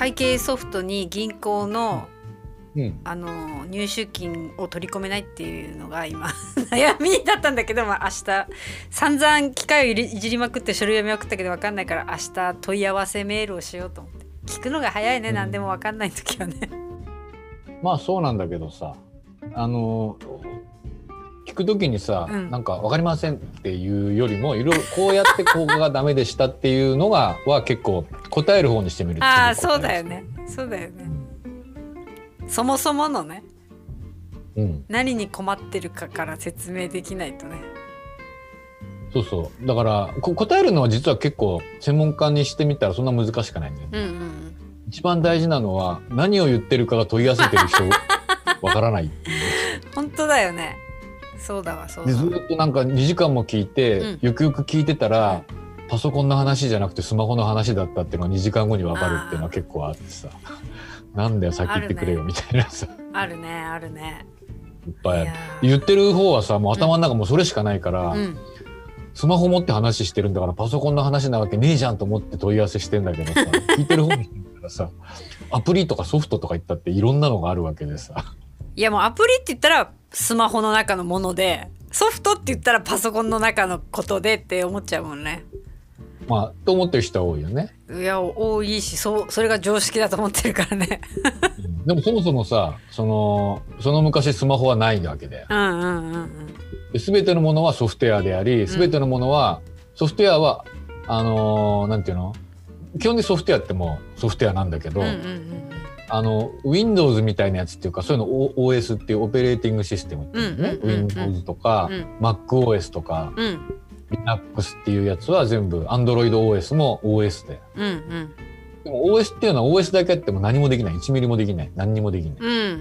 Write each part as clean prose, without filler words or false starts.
会計ソフトに銀行の、入手金を取り込めないっていうのが今悩みだったんだけど、明日散々機械をいじりまくって書類読みまくったけど分かんないから、明日問い合わせメールをしようと思って。聞くのが早いね、何でも分かんない時はね。 まあそうなんだけどさ、聞く時にさ、なんか分かりませんっていうよりも、いろいろこうやってここがダメでしたっていうのは結構答える方にしてみると。 ああ、そうだよね、そうだよね、そもそものね、何に困ってるかから説明できないとね。 そうそう、だから答えるのは実は結構専門家にしてみたらそんな難しくないんだよね、一番大事なのは何を言ってるかが問い合わせてる人わからないっていう本当だよね。そうだわ、そうだわ。 ずっとなんか2時間も聞いて、よくよく聞いてたら、パソコンの話じゃなくてスマホの話だったっていうのが2時間後に分かるっていうのは結構あってさ、なんだよ先言ってくれよみたいなさ、 あるね、あるね、 いっぱいある。言ってる方はさ、もう頭の中もうそれしかないから、スマホ持って話してるんだからパソコンの話なわけねえじゃんと思って問い合わせしてんだけどさ聞いてる方にしてるからさ、アプリとかソフトとか言ったっていろんなのがあるわけでさ。 いやもうアプリって言ったらスマホの中のもので、ソフトって言ったらパソコンの中のことでって思っちゃうもんね。 まあと思ってる人は多いよね。 いや多いし、それが常識だと思ってるからねでもそもそもさ、その昔スマホはないわけで、全てのものはソフトウェアであり、全てのものは、ソフトウェアはなんていうの、基本的にソフトウェアってもうソフトウェアなんだけど、Windows みたいなやつっていうか、そういうの OS っていうオペレーティングシステムっていうね、Windows とか、MacOS とか、Linux っていうやつは全部 AndroidOS も OS で、でも OS っていうのは OS だけあっても何もできない、1ミリもできない、何にもできない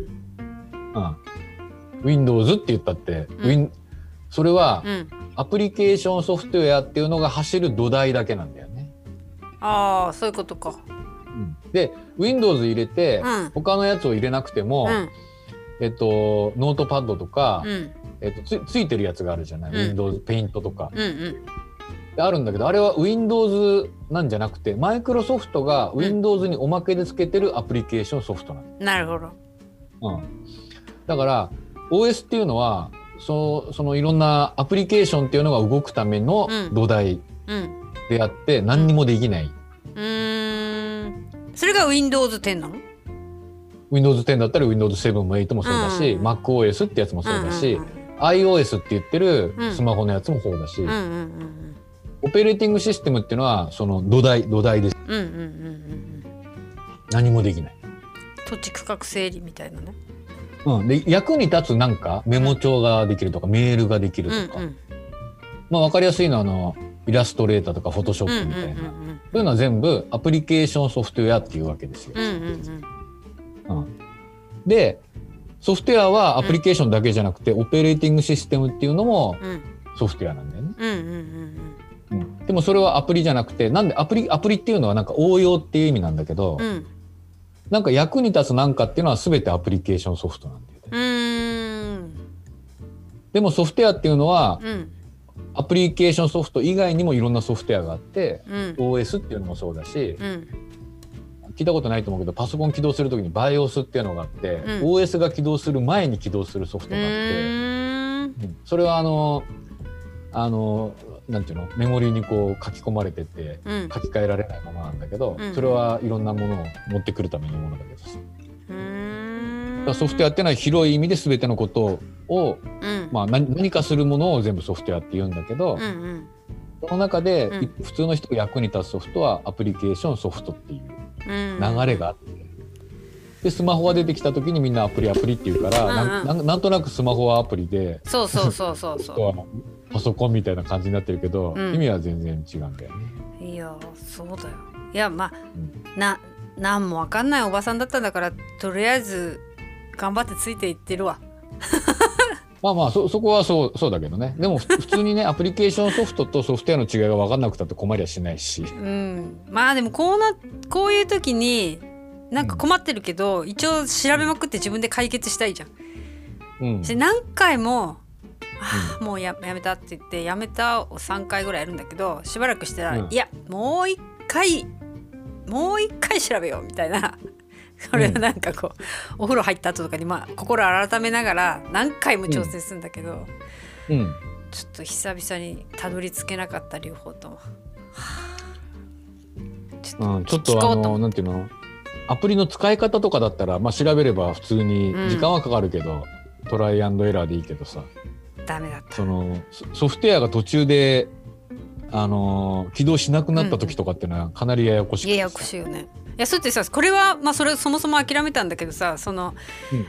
、Windows って言ったって、それはアプリケーションソフトウェアっていうのが走る土台だけなんだよね。 ああ、そういうことか。 で Windows 入れて、他のやつを入れなくても、ノートパッドとか、ついてるやつがあるじゃない、Windows ペイントとか、であるんだけど、あれは Windows なんじゃなくて、マイクロソフトが Windows におまけでつけてるアプリケーションソフトなんだ。 なるほど。 だから OS っていうのはそのいろんなアプリケーションっていうのが動くための土台であって、何にもできない。 それが Windows 10なの？ Windows 10だったら Windows 7も8もそうだし、MacOS ってやつもそうだし、iOS って言ってるスマホのやつもそうだし、オペレーティングシステムっていうのはその土台です。何もできない。 土地区画整理みたいなね。 で役に立つなんかメモ帳ができるとか、メールができるとか、分かりやすいのはイラストレーターとかフォトショップみたいな、そういうのは全部アプリケーションソフトウェアっていうわけですよ。でソフトウェアはアプリケーションだけじゃなくて、オペレーティングシステムっていうのもソフトウェアなんだよね。でもそれはアプリじゃなくて、なんでアプリっていうのはなんか応用っていう意味なんだけど、なんか役に立つなんかっていうのは全てアプリケーションソフトなんだよね。でもソフトウェアっていうのは、アプリケーションソフト以外にもいろんなソフトウェアがあって、OS っていうのもそうだし、聞いたことないと思うけど、パソコン起動するときに BIOS っていうのがあって、OS が起動する前に起動するソフトがあって、それはなんていうの、メモリーにこう書き込まれてって書き換えられないものなんだけど、それはいろんなものを持ってくるためのものだけどさ。だからソフトウェアっていうのは広い意味で全てのことを、何かするものを全部ソフトウェアって言うんだけど、その中で、普通の人が役に立つソフトはアプリケーションソフトっていう流れがあって、でスマホが出てきた時にみんなアプリって言うから、なんとなくスマホはアプリで、 そうパソコンみたいな感じになってるけど、意味は全然違うんだよね。 いやそうだよ。いやなんもわかんないおばさんだったんだから、とりあえず頑張ってついていってるわそこはそうだけどね。でも普通にねアプリケーションソフトとソフトウェアの違いが分かんなくたって困りはしないし、でもこういう時になんか困ってるけど、一応調べまくって自分で解決したいじゃん。何回ももうやめたって言って、やめたを3回ぐらいやるんだけど、しばらくしたら、いやもう1回もう一回調べようみたいなそれはなんかこう、お風呂入った後とかに心改めながら何回も調整するんだけど、ちょっと久々にたどり着けなかった両方とも、 ちょっとなんていうの、アプリの使い方とかだったら、調べれば普通に時間はかかるけど、トライアンドエラーでいいけどさ、 ダメだった。 そのソフトウェアが途中で起動しなくなった時とかっていうのはかなりややこしくて、 ややこしいよね。いや、そうってさ、これはそれそもそも諦めたんだけどさ、その、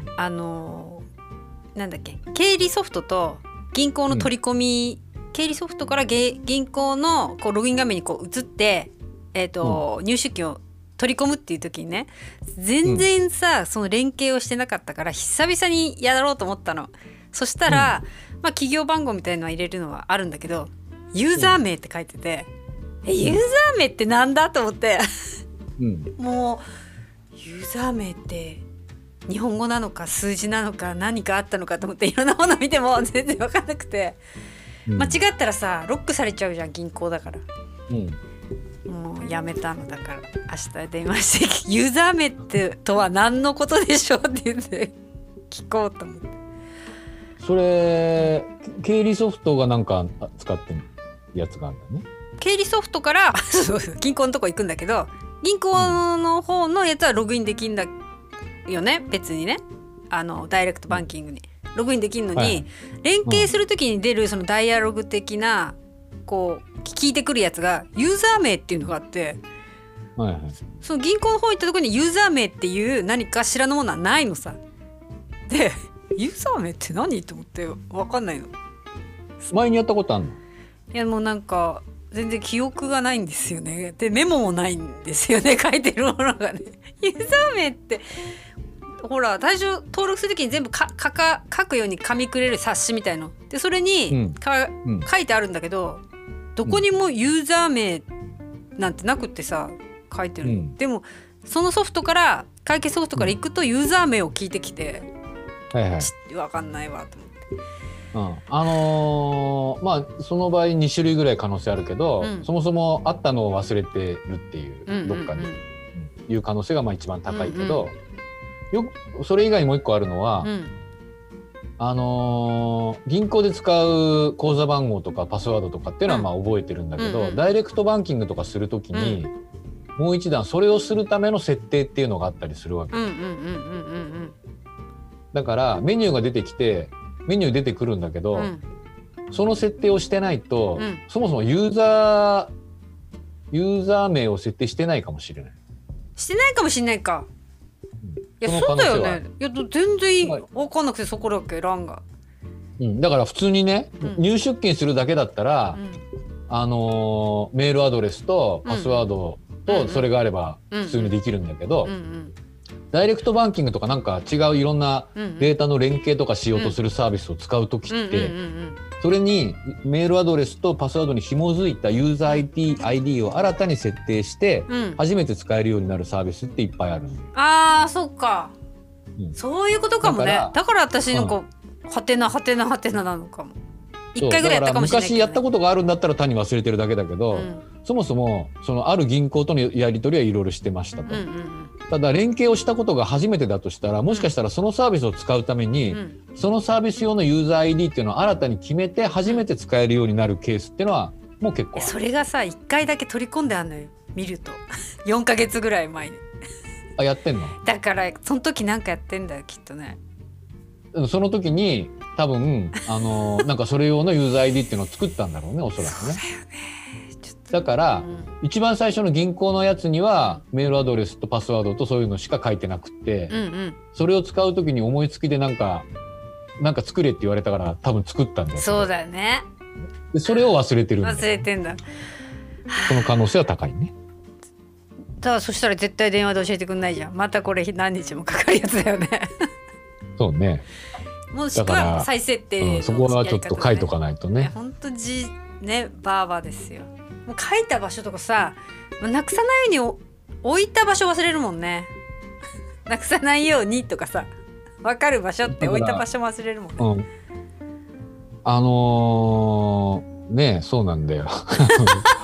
なんだっけ、経理ソフトと銀行の取り込み、経理ソフトから銀行のこうログイン画面にこう移って、入出金を取り込むっていう時にね、全然さ、その連携をしてなかったから久々にやろうと思ったの。そしたら、企業番号みたいのは入れるのはあるんだけど、ユーザー名って書いてて、ユーザー名ってなんだと思って、もうユーザー名って日本語なのか数字なのか何かあったのかと思っていろんなもの見ても全然分かんなくて、間違ったらさロックされちゃうじゃん、銀行だから、もうやめたの。だから明日電話してユーザー名ってとは何のことでしょうって言って聞こうと思って。 それ経理ソフトがなんか使ってるやつがあるんだね。 経理ソフトから銀行のとこ行くんだけど、銀行の方のやつはログインできんだよね、別にね、ダイレクトバンキングにログインできるのに、連携するときに出るそのダイアログ的なこう聞いてくるやつがユーザー名っていうのがあって、その銀行の方行ったところにユーザー名っていう何か知らぬものはないのさ。でユーザー名って何と思って分かんないの。 前にやったことあるの？ いや、もうなんか全然記憶がないんですよね。でメモもないんですよね、書いてるものがね。ユーザー名ってほら最初登録するときに全部書くように紙くれる冊子みたいので、それに、書いてあるんだけど、どこにもユーザー名なんてなくってさ、書いてる、でもそのソフトから会計ソフトから行くとユーザー名を聞いてきて、分かんないわと思って。 その場合2種類ぐらい可能性あるけど、そもそもあったのを忘れてるっていう、どっかにいう可能性が一番高いけど、それ以外にもう一個あるのは、銀行で使う口座番号とかパスワードとかっていうのは覚えてるんだけど、ダイレクトバンキングとかするときに、もう一段それをするための設定っていうのがあったりするわけ。だからメニューが出てきてメニュー出てくるんだけど、その設定をしてないと、そもそもユーザー名を設定してないかもしれない。 してないかもしれないか。いや、そうだよね。いや、全然分かんなくてそこだけ欄が。 だから普通にね、入出金するだけだったら、メールアドレスとパスワードとそれがあれば普通にできるんだけど、ダイレクトバンキングとかなんか違ういろんなデータの連携とかしようとするサービスを使うときって、それにメールアドレスとパスワードに紐づいたユーザー ID を新たに設定して初めて使えるようになるサービスっていっぱいある。 あー、そっか、そういうことかもね。だから私のこうハテナハテナハテナなのかも。1回ぐらいやったかもしれないけど、 昔やったことがあるんだったら単に忘れてるだけだけど、そもそもそのある銀行とのやり取りはいろいろしてましたと。ただ連携をしたことが初めてだとしたら、もしかしたらそのサービスを使うために、そのサービス用のユーザー ID っていうのを新たに決めて初めて使えるようになるケースっていうのはもう結構ある。 それがさ1回だけ取り込んであんのよ、見ると4ヶ月ぐらい前にやってんの？ だからその時なんかやってんだよきっとね。 その時に多分なんかそれ用のユーザー ID っていうのを作ったんだろうね、おそらくね。 そうだよね。 だから、一番最初の銀行のやつにはメールアドレスとパスワードとそういうのしか書いてなくって、それを使う時に思いつきでなんか作れって言われたから多分作ったんだよ。 そうだよね。 でそれを忘れてるんだよ。 忘れてんだ。 その可能性は高いね。 そしたら絶対電話で教えてくんないじゃん。またこれ何日もかかるやつだよね。 そうね。 もしくは再設定のやり方、 そこはちょっと書いとかないとね。 本当バーバーですよ。もう書いた場所とかさ、なくさないように置いた場所忘れるもんね。なくさないようにとかさ、分かる場所って置いた場所も忘れるもんね。 ねえ、そうなんだよ。